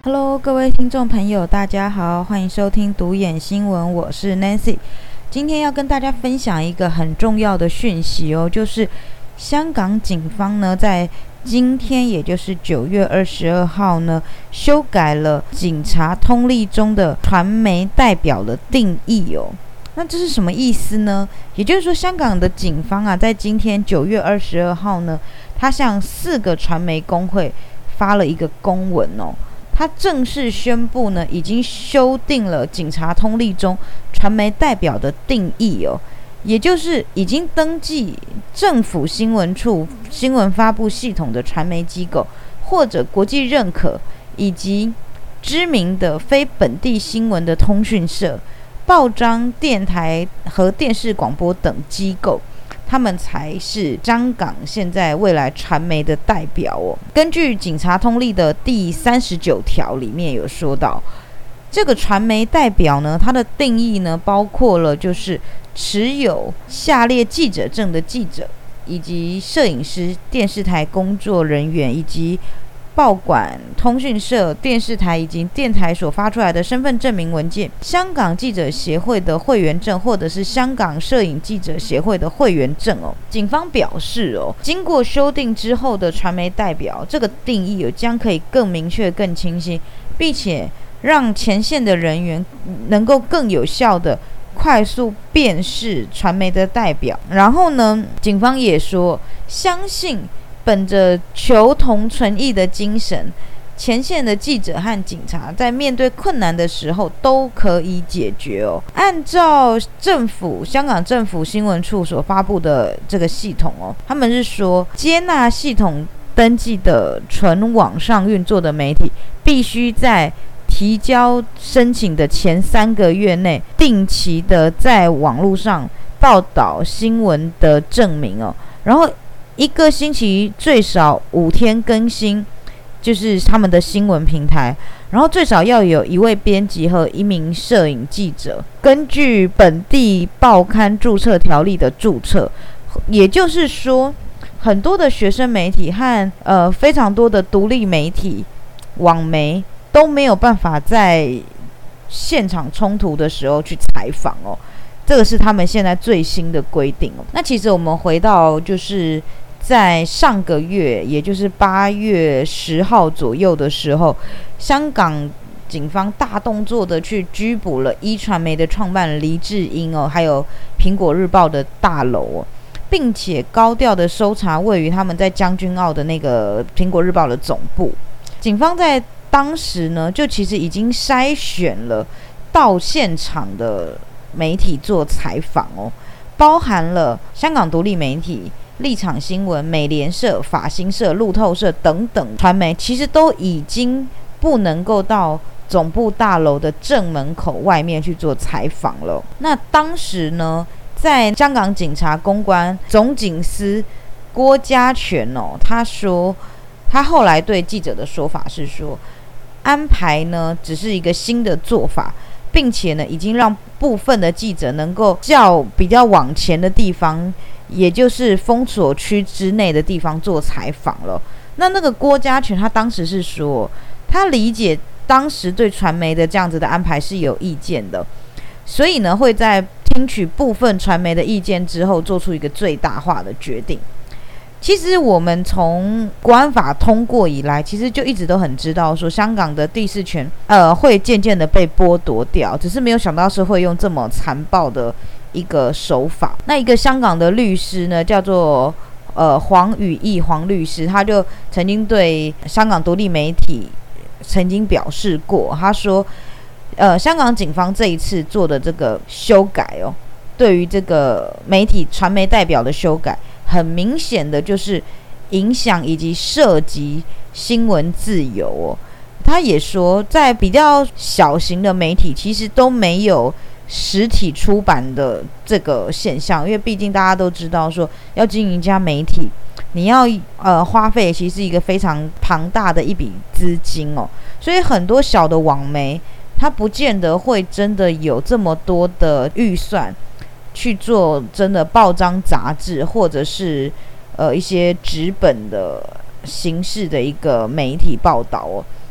Hello，各位听众朋友，大家好，欢迎收听独眼新闻，我是 Nancy。今天要跟大家分享一个很重要的讯息哦，就是香港警方呢，在今天，也就是9月22号呢，修改了警察通例中的传媒代表的定义哦。那这是什么意思呢？也就是说，香港的警方啊，在今天9月22号呢，他向4个传媒工会发了一个公文哦。他正式宣布呢，已经修订了警察通例中传媒代表的定义哦，也就是已经登记政府新闻处新闻发布系统的传媒机构，或者国际认可以及知名的非本地新闻的通讯社、报章、电台和电视广播等机构，他们才是香港现在未来传媒的代表哦。根据警察通例的第39条里面有说到，这个传媒代表呢，它的定义呢，包括了就是持有下列记者证的记者，以及摄影师、电视台工作人员，以及报馆、通讯社、电视台以及电台所发出来的身份证明文件，香港记者协会的会员证，或者是香港摄影记者协会的会员证哦。警方表示哦，经过修订之后的传媒代表这个定义将可以更明确、更清晰，并且让前线的人员能够更有效的快速辨识传媒的代表。然后呢，警方也说，相信本着求同存异的精神，前线的记者和警察在面对困难的时候都可以解决哦。按照香港政府新闻处所发布的这个系统哦，他们是说，接纳系统登记的纯网上运作的媒体，必须在提交申请的前3个月内，定期的在网络上报道新闻的证明哦，然后1个星期最少5天更新，就是他们的新闻平台，然后最少要有1位编辑和1名摄影记者，根据本地报刊注册条例的注册。也就是说，很多的学生媒体和非常多的独立媒体、网媒都没有办法在现场冲突的时候去采访哦。这个是他们现在最新的规定哦。那其实我们回到就是在上个月，也就是8月10号左右的时候，香港警方大动作的去拘捕了一传媒的创办人黎智英哦，还有苹果日报的大楼哦，并且高调的搜查位于他们在将军澳的那个苹果日报的总部。警方在当时呢，就其实已经筛选了到现场的媒体做采访哦，包含了香港独立媒体、立场新闻、美联社、法新社、路透社等等传媒，其实都已经不能够到总部大楼的正门口外面去做采访了。那当时呢，在香港警察公关总警司郭家全哦，他说他后来对记者的说法是说，安排呢只是一个新的做法，并且呢，已经让部分的记者能够比较往前的地方，也就是封锁区之内的地方做采访了。那个郭家全他当时是说，他理解当时对传媒的这样子的安排是有意见的，所以呢，会在听取部分传媒的意见之后，做出一个最大化的决定。其实我们从国安法通过以来，其实就一直都很知道说，香港的第4权会渐渐的被剥夺掉，只是没有想到是会用这么残暴的一个手法。那一个香港的律师呢，叫做黄宇义黄律师，他就曾经对香港独立媒体曾经表示过，他说香港警方这一次做的这个修改哦，对于这个媒体传媒代表的修改，很明显的就是影响以及涉及新闻自由哦。他也说，在比较小型的媒体其实都没有实体出版的这个现象，因为毕竟大家都知道说，要经营一家媒体，你要花费其实是一个非常庞大的一笔资金哦，所以很多小的网媒，它不见得会真的有这么多的预算去做真的报章杂志，或者是一些纸本的形式的一个媒体报道哦。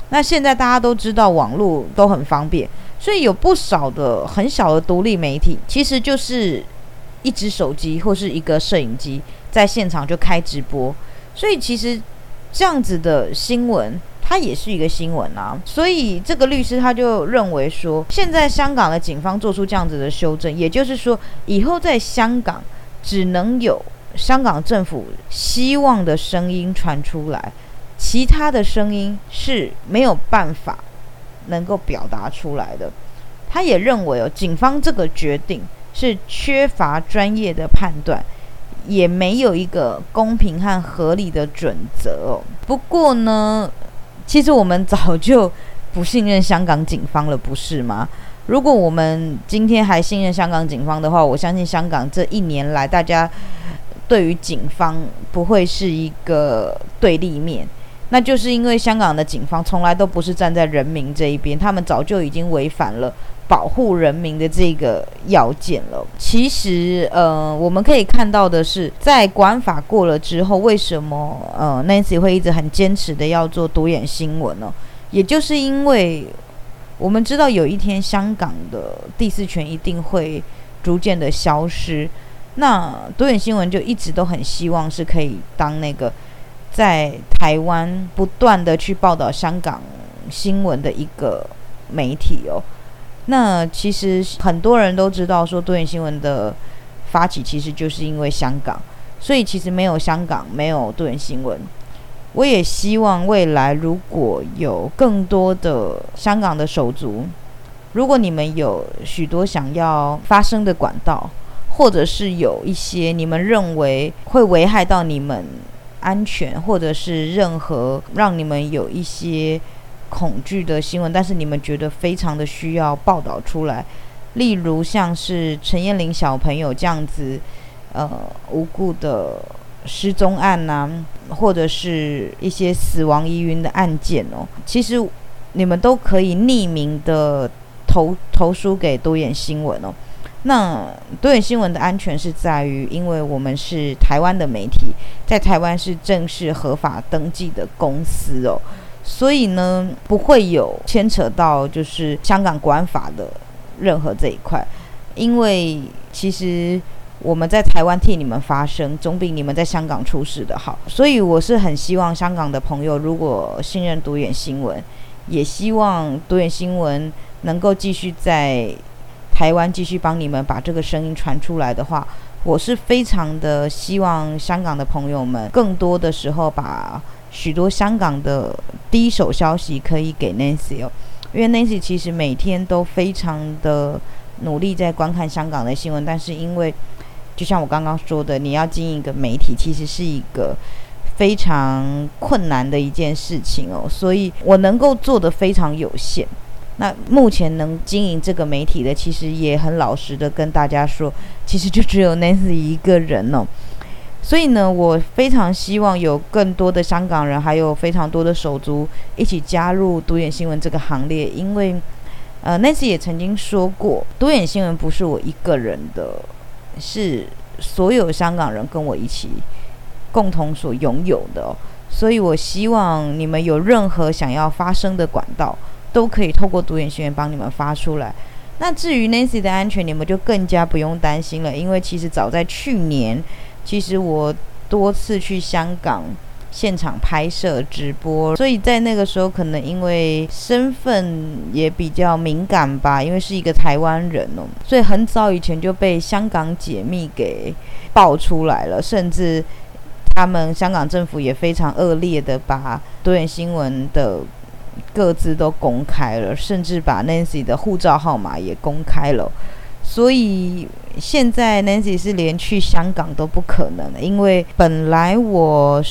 那现在大家都知道网络都很方便，所以有不少的很小的独立媒体，其实就是一只手机或是一个摄影机在现场就开直播，所以其实这样子的新闻它也是一个新闻啊。所以这个律师他就认为说，现在香港的警方做出这样子的修正，也就是说以后在香港只能有香港政府希望的声音传出来，其他的声音是没有办法能够表达出来的。他也认为警方这个决定是缺乏专业的判断，也没有一个公平和合理的准则不过呢，其实我们早就不信任香港警方了，不是吗？如果我们今天还信任香港警方的话，我相信香港这1年来大家对于警方不会是一个对立面，那就是因为香港的警方从来都不是站在人民这一边，他们早就已经违反了保护人民的这个要件了。其实我们可以看到的是，在国安法过了之后，为什么Nancy 会一直很坚持的要做独眼新闻呢？也就是因为我们知道有一天香港的第4权一定会逐渐的消失，那独眼新闻就一直都很希望是可以当那个在台湾不断的去报道香港新闻的一个媒体那其实很多人都知道说，独眼新闻的发起其实就是因为香港，所以其实没有香港没有独眼新闻。我也希望未来如果有更多的香港的手足，如果你们有许多想要发声的管道，或者是有一些你们认为会危害到你们安全，或者是任何让你们有一些恐惧的新闻，但是你们觉得非常的需要报道出来，例如像是陈彦霖小朋友这样子无故的失踪案或者是一些死亡疑云的案件其实你们都可以匿名的投书给独眼新闻那独眼新闻的安全是在于，因为我们是台湾的媒体，在台湾是正式合法登记的公司所以呢不会有牵扯到就是香港国安法的任何这一块，因为其实我们在台湾替你们发声，总比你们在香港出事的好。所以我是很希望香港的朋友如果信任独眼新闻，也希望独眼新闻能够继续在台湾继续帮你们把这个声音传出来的话，我是非常的希望香港的朋友们更多的时候把许多香港的第一手消息可以给 Nancy 因为 Nancy 其实每天都非常的努力在观看香港的新闻，但是因为就像我刚刚说的，你要经营一个媒体其实是一个非常困难的一件事情所以我能够做的非常有限。那目前能经营这个媒体的，其实也很老实的跟大家说，其实就只有 Nancy 一个人所以呢，我非常希望有更多的香港人，还有非常多的手足一起加入独眼新闻这个行列，因为Nancy 也曾经说过，独眼新闻不是我一个人的，是所有香港人跟我一起共同所拥有的所以我希望你们有任何想要发声的管道，都可以透过独眼新闻帮你们发出来。那至于 Nancy 的安全，你们就更加不用担心了，因为其实早在去年，其实我多次去香港现场拍摄直播，所以在那个时候可能因为身份也比较敏感吧，因为是一个台湾人所以很早以前就被香港解密给爆出来了，甚至他们香港政府也非常恶劣的把独眼新闻的各自都公开了，甚至把 Nancy 的护照号码也公开了。所以现在 Nancy 是连去香港都不可能的，因为本来我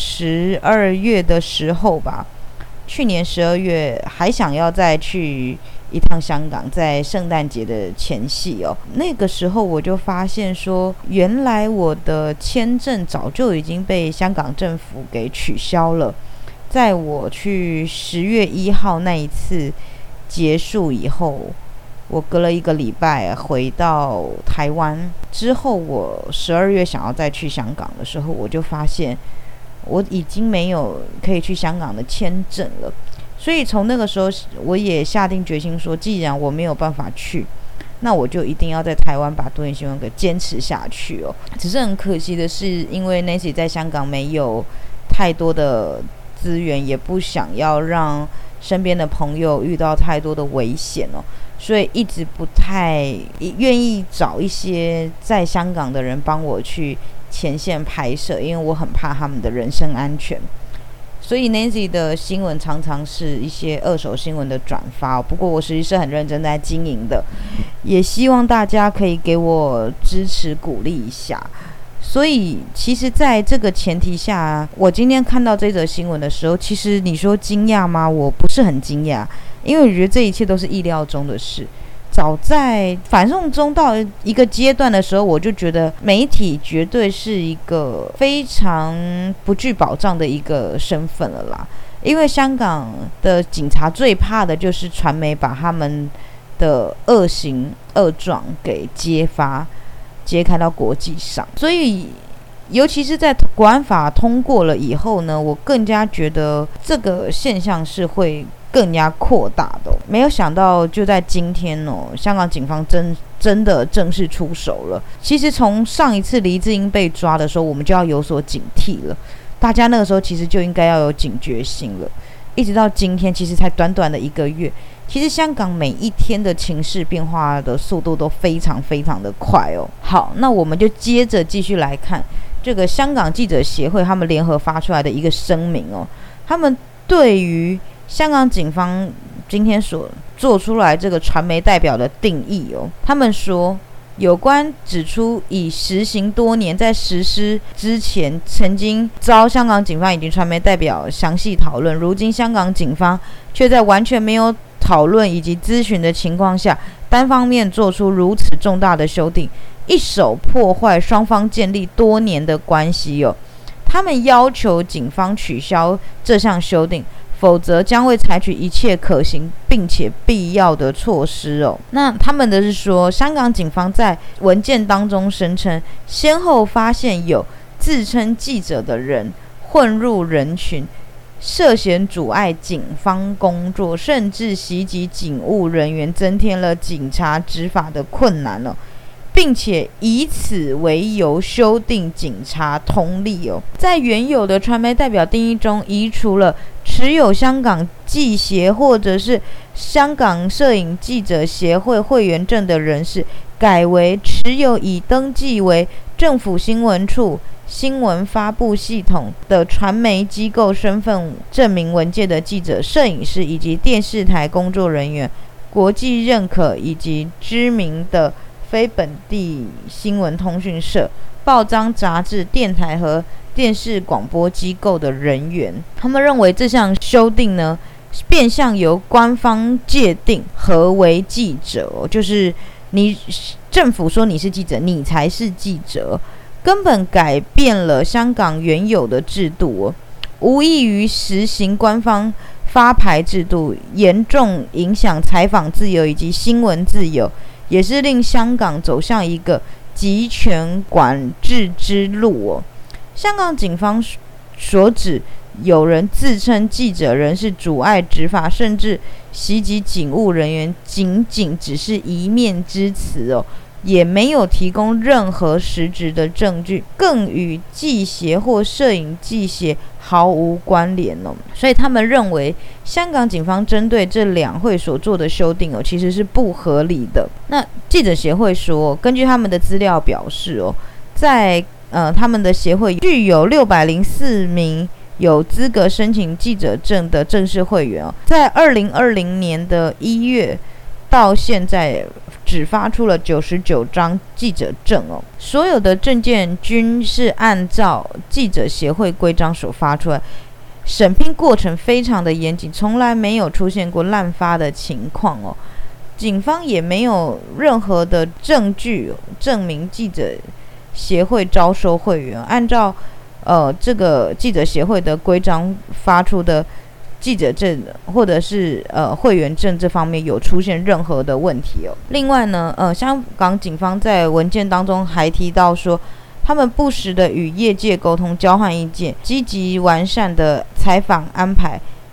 12月的时候吧，去年12月还想要再去一趟香港，在圣诞节的前夕那个时候我就发现说，原来我的签证早就已经被香港政府给取消了。在我去10月1号那一次结束以后，我隔了1个礼拜回到台湾之后，我12月想要再去香港的时候，我就发现我已经没有可以去香港的签证了。 所以从那个时候我也下定决心说，既然我没有办法去，那我就一定要在台湾把独眼新闻给坚持下去哦。只是很可惜的是，因为 Nancy 在香港没有太多的资源，也不想要让身边的朋友遇到太多的危险哦，所以一直不太愿意找一些在香港的人帮我去前线拍摄，因为我很怕他们的人身安全。所以 Nancy 的新闻常常是一些二手新闻的转发，不过我实际是很认真在经营的，也希望大家可以给我支持鼓励一下。所以其实在这个前提下，我今天看到这则新闻的时候，其实你说惊讶吗？我不是很惊讶，因为我觉得这一切都是意料中的事。早在反送中到一个阶段的时候，我就觉得媒体绝对是一个非常不具保障的一个身份了啦。因为香港的警察最怕的就是传媒把他们的恶行恶状给揭开到国际上，所以尤其是在国安法通过了以后呢，我更加觉得这个现象是会更加扩大的。没有想到就在今天香港警方真的正式出手了。其实从上一次黎智英被抓的时候，我们就要有所警惕了，大家那个时候其实就应该要有警觉性了。一直到今天，其实才短短的1个月，其实香港每一天的情势变化的速度都非常非常的快哦。好，那我们就接着继续来看这个香港记者协会他们联合发出来的一个声明哦。他们对于香港警方今天所做出来这个传媒代表的定义哦，他们说有关指出已实行多年，在实施之前曾经遭香港警方以及传媒代表详细讨论，如今香港警方却在完全没有讨论以及咨询的情况下，单方面做出如此重大的修订，一手破坏双方建立多年的关系哦。他们要求警方取消这项修订，否则将会采取一切可行并且必要的措施哦。那他们的是说，香港警方在文件当中声称，先后发现有自称记者的人混入人群，涉嫌阻碍警方工作，甚至袭击警务人员，增添了警察执法的困难哦，并且以此为由修订警察通例哦。在原有的传媒代表定义中，移除了持有香港记协或者是香港摄影记者协会会员证的人士，改为持有已登记为政府新闻处新闻发布系统的传媒机构身份证明文件的记者、摄影师以及电视台工作人员，国际认可以及知名的非本地新闻通讯社、报章杂志、电台和电视广播机构的人员。他们认为这项修订呢，变相由官方界定何为记者就是你政府说你是记者，你才是记者，根本改变了香港原有的制度无异于实行官方发牌制度，严重影响采访自由以及新闻自由，也是令香港走向一个集权管制之路香港警方所指有人自称记者人士阻碍执法，甚至袭击警务人员，仅只是一面之词也没有提供任何实质的证据，更与记协或摄影记协毫无关联所以他们认为香港警方针对这两会所做的修订其实是不合理的。那记者协会说，根据他们的资料表示在他们的协会具有604名有资格申请记者证的正式会员在2020年的1月到现在只发出了99张记者证所有的证件均是按照记者协会规章所发出来，审批过程非常的严谨，从来没有出现过滥发的情况警方也没有任何的证据证明记者协会招收会员，按照这个记者协会的规章发出的记者证或者是会员证这方面有出现任何的问题另外呢香港警方在文件当中还提到说，他们不时的与业界沟通交换意见，积极完善的采访安排，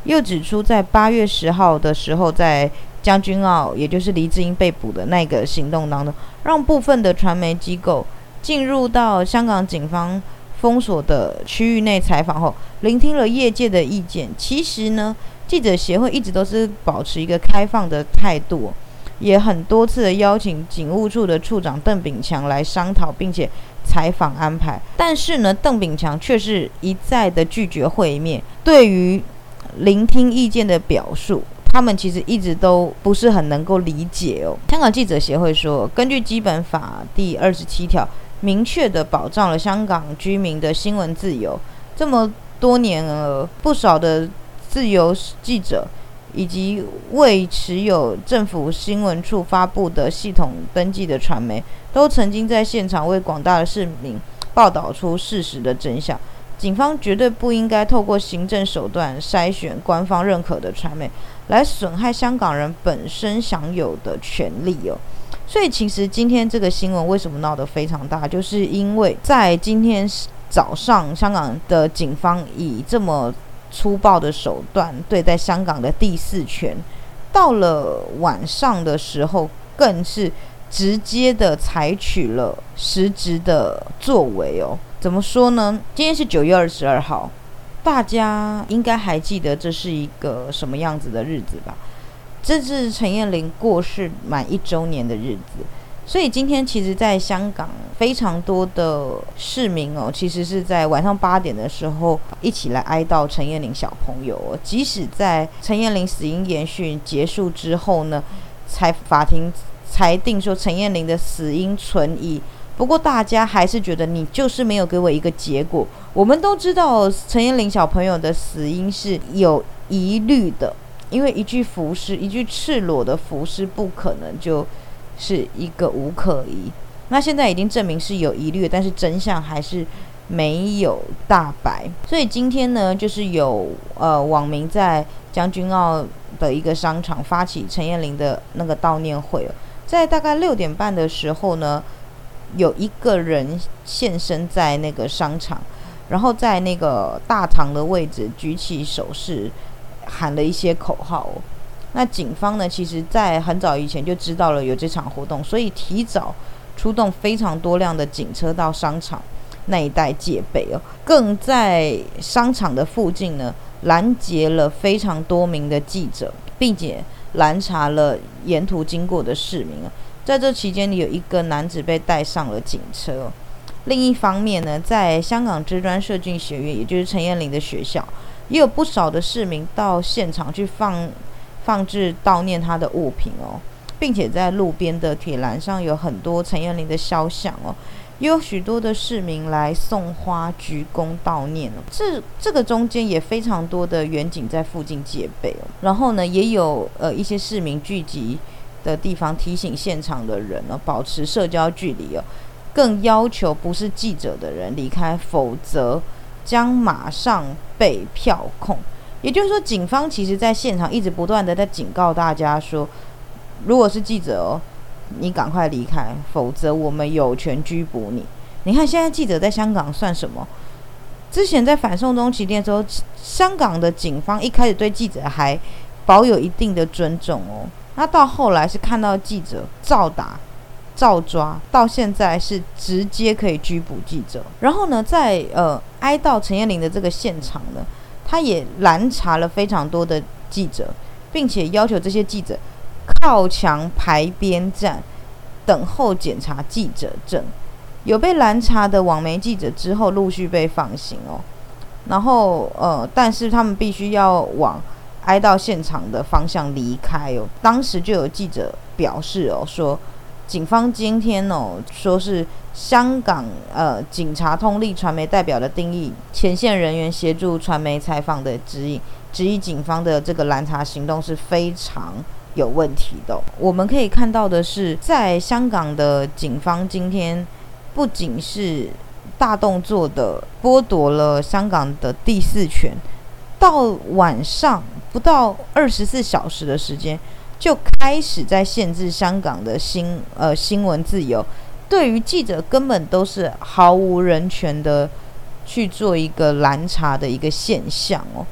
又指出在8月10号的时候，在将军澳也就是黎智英被捕的那个行动当中，让部分的传媒机构进入到香港警方封锁的区域内采访后，聆听了业界的意见。其实呢，记者协会一直都是保持一个开放的态度，也很多次的邀请警务处的处长邓炳强来商讨并且采访安排，但是呢，邓炳强却是一再的拒绝会面。对于聆听意见的表述，他们其实一直都不是很能够理解哦。香港记者协会说，根据基本法第27条，明确的保障了香港居民的新闻自由。这么多年不少的自由记者以及未持有政府新闻处发布的系统登记的传媒，都曾经在现场为广大的市民报道出事实的真相。警方绝对不应该透过行政手段筛选官方认可的传媒，来损害香港人本身享有的权利哦。所以其实今天这个新闻为什么闹得非常大，就是因为在今天早上，香港的警方以这么粗暴的手段对待香港的第四权，到了晚上的时候更是直接的采取了实质的作为哦。怎么说呢？今天是9月22号，大家应该还记得这是一个什么样子的日子吧？这是陈燕麟过世满1周年的日子。所以今天其实在香港非常多的市民其实是在晚上8点的时候一起来哀悼陈燕麟小朋友即使在陈燕麟死因研讯结束之后呢，法庭裁定说陈燕麟的死因存疑，不过大家还是觉得你就是没有给我一个结果。我们都知道陈燕麟小朋友的死因是有疑虑的，因为一具赤裸的浮尸不可能就是一个无可疑。那现在已经证明是有疑虑，但是真相还是没有大白。所以今天呢，就是有网民在将军澳的一个商场发起陈燕麟的那个悼念会在大概6点半的时候呢，有一个人现身在那个商场，然后在那个大堂的位置举起手势，喊了一些口号那警方呢，其实在很早以前就知道了有这场活动，所以提早出动非常多辆的警车到商场那一带戒备更在商场的附近呢拦截了非常多名的记者，并且拦查了沿途经过的市民在这期间有一个男子被带上了警车另一方面呢，在香港知专社训学院，也就是陈燕麟的学校，也有不少的市民到现场去放置悼念他的物品并且在路边的铁栏上有很多陈燕麟的肖像也有许多的市民来送花鞠躬悼念这个中间也非常多的员警在附近戒备然后呢，也有一些市民聚集的地方提醒现场的人保持社交距离更要求不是记者的人离开，否则将马上被票控。也就是说，警方其实在现场一直不断的在警告大家说，如果是记者你赶快离开，否则我们有权拘捕你。你看现在记者在香港算什么？之前在反送中期间的时候，香港的警方一开始对记者还保有一定的尊重那到后来是看到记者照打照抓，到现在是直接可以拘捕记者。然后呢，在哀悼陈燕麟的这个现场呢，他也拦查了非常多的记者，并且要求这些记者靠墙排边站，等候检查记者证。有被拦查的网媒记者之后陆续被放行然后但是他们必须要往哀悼现场的方向离开当时就有记者表示说，警方今天说是香港警察通力传媒代表的定义，前线人员协助传媒采访的指引，质疑警方的这个拦查行动是非常有问题的我们可以看到的是，在香港的警方今天不仅是大动作的剥夺了香港的第四权，到晚上不到24小时的时间就开始在限制香港的新闻自由，对于记者根本都是毫无人权的去做一个拦查的一个现象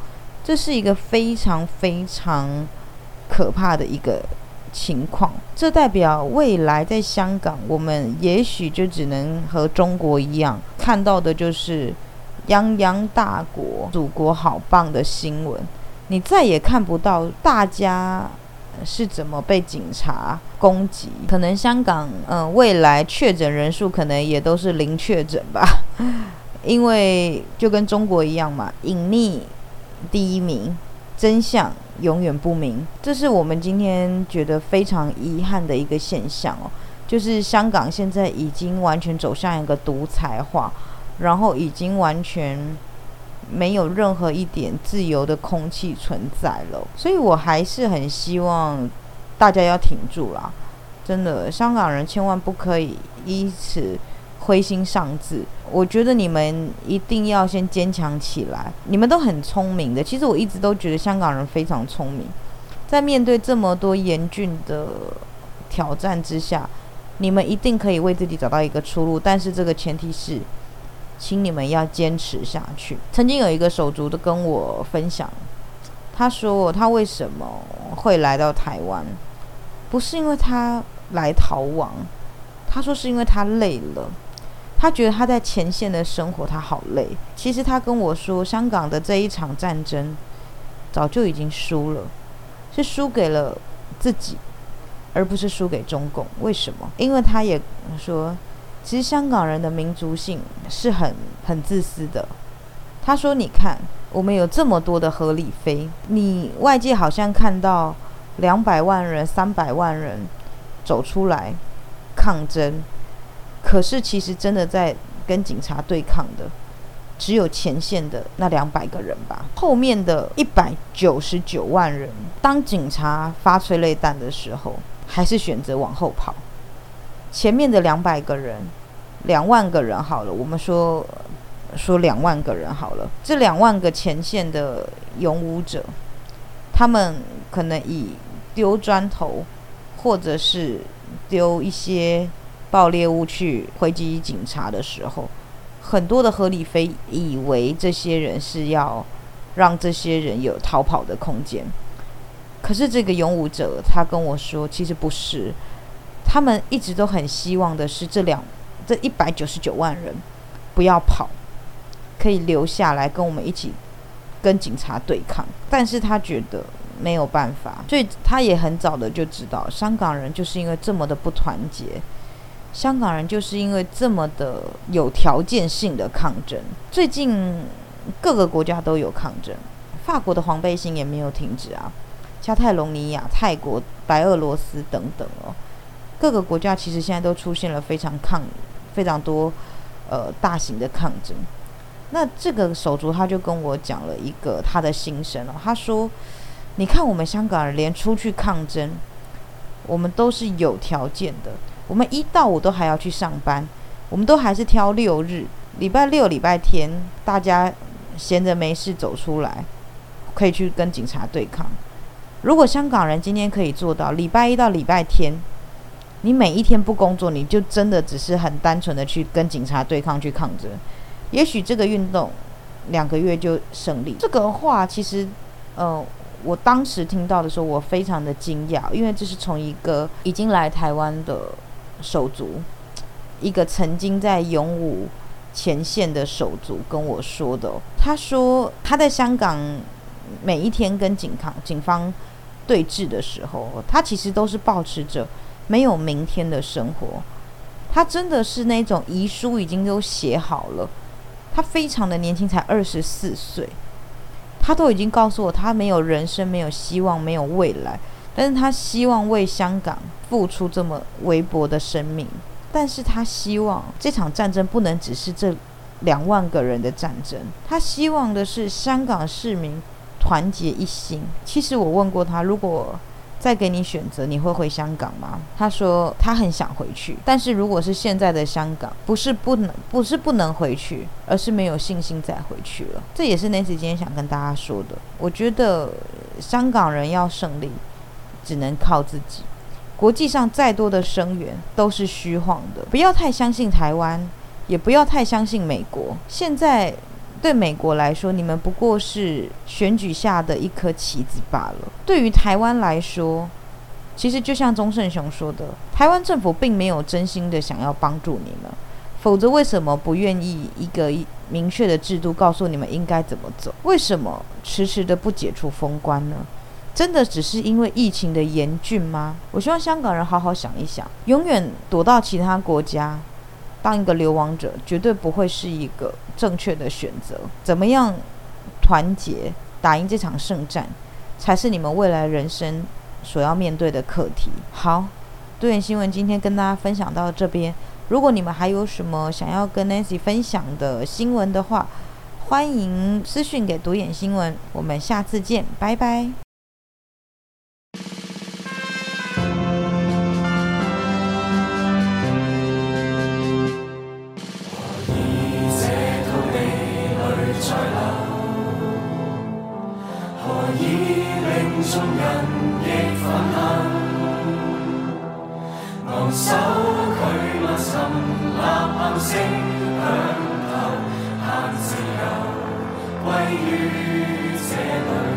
这是一个非常非常可怕的一个情况。这代表未来在香港，我们也许就只能和中国一样，看到的就是泱泱大国，祖国好棒的新闻，你再也看不到大家是怎么被警察攻击。可能香港未来确诊人数可能也都是零确诊吧，因为就跟中国一样嘛，隐匿第一名，真相永远不明。这是我们今天觉得非常遗憾的一个现象就是香港现在已经完全走向一个独裁化，然后已经完全没有任何一点自由的空气存在了。所以我还是很希望大家要挺住啦，真的，香港人千万不可以因此灰心丧志。我觉得你们一定要先坚强起来，你们都很聪明的。其实我一直都觉得香港人非常聪明，在面对这么多严峻的挑战之下，你们一定可以为自己找到一个出路，但是这个前提是请你们要坚持下去。曾经有一个手足的跟我分享，他说他为什么会来到台湾，不是因为他来逃亡，他说是因为他累了，他觉得他在前线的生活他好累。其实他跟我说，香港的这一场战争早就已经输了，是输给了自己，而不是输给中共。为什么？因为他也说，其实香港人的民族性是很自私的。他说你看，我们有这么多的合理非，你外界好像看到200万人300万人走出来抗争，可是其实真的在跟警察对抗的只有前线的那200个人吧，后面的199万人，当警察发催泪弹的时候还是选择往后跑。前面的200个人，2万个人好了，我们说2万个人好了，这2万个前线的勇武者，他们可能以丢砖头或者是丢一些爆裂物去回击警察的时候，很多的合理非以为这些人是要让这些人有逃跑的空间。可是这个勇武者他跟我说，其实不是，他们一直都很希望的是这199万人不要跑，可以留下来跟我们一起跟警察对抗。但是他觉得没有办法，所以他也很早的就知道，香港人就是因为这么的不团结，香港人就是因为这么的有条件性的抗争。最近各个国家都有抗争，法国的黄背心也没有停止啊，加泰隆尼亚、泰国、白俄罗斯等等各个国家其实现在都出现了非常多大型的抗争。那这个手足他就跟我讲了一个他的心声他说你看我们香港人连出去抗争，我们都是有条件的，我们1到5都还要去上班，我们都还是挑6日，礼拜6、礼拜天大家闲着没事走出来，可以去跟警察对抗。如果香港人今天可以做到礼拜1到礼拜天，你每一天不工作，你就真的只是很单纯的去跟警察对抗，去抗争，也许这个运动2个月就胜利。这个话其实我当时听到的时候我非常的惊讶，因为这是从一个已经来台湾的手足，一个曾经在勇武前线的手足跟我说的他说他在香港每一天跟警方对峙的时候，他其实都是抱持着没有明天的生活。他真的是那种遗书已经都写好了，他非常的年轻，才24岁，他都已经告诉我他没有人生，没有希望，没有未来，但是他希望为香港付出这么微薄的生命。但是他希望这场战争不能只是这2万个人的战争，他希望的是香港市民团结一心。其实我问过他，如果再给你选择，你会回香港吗？他说他很想回去，但是如果是现在的香港，不是不能回去，而是没有信心再回去了。这也是 Nancy 今天想跟大家说的。我觉得香港人要胜利，只能靠自己。国际上再多的声援都是虚晃的，不要太相信台湾，也不要太相信美国。现在对美国来说，你们不过是选举下的一颗棋子罢了。对于台湾来说，其实就像钟胜雄说的，台湾政府并没有真心的想要帮助你们，否则为什么不愿意一个明确的制度告诉你们应该怎么走？为什么迟迟的不解除封关呢？真的只是因为疫情的严峻吗？我希望香港人好好想一想，永远躲到其他国家当一个流亡者，绝对不会是一个正确的选择。怎么样团结打赢这场胜战，才是你们未来人生所要面对的课题。好，独眼新闻今天跟大家分享到这边。如果你们还有什么想要跟 Nancy 分享的新闻的话，欢迎私讯给独眼新闻。我们下次见，拜拜。 何以令眾人亦憤恨？昂首拒壓沉，吶喊聲響透，限自由歸於這裏。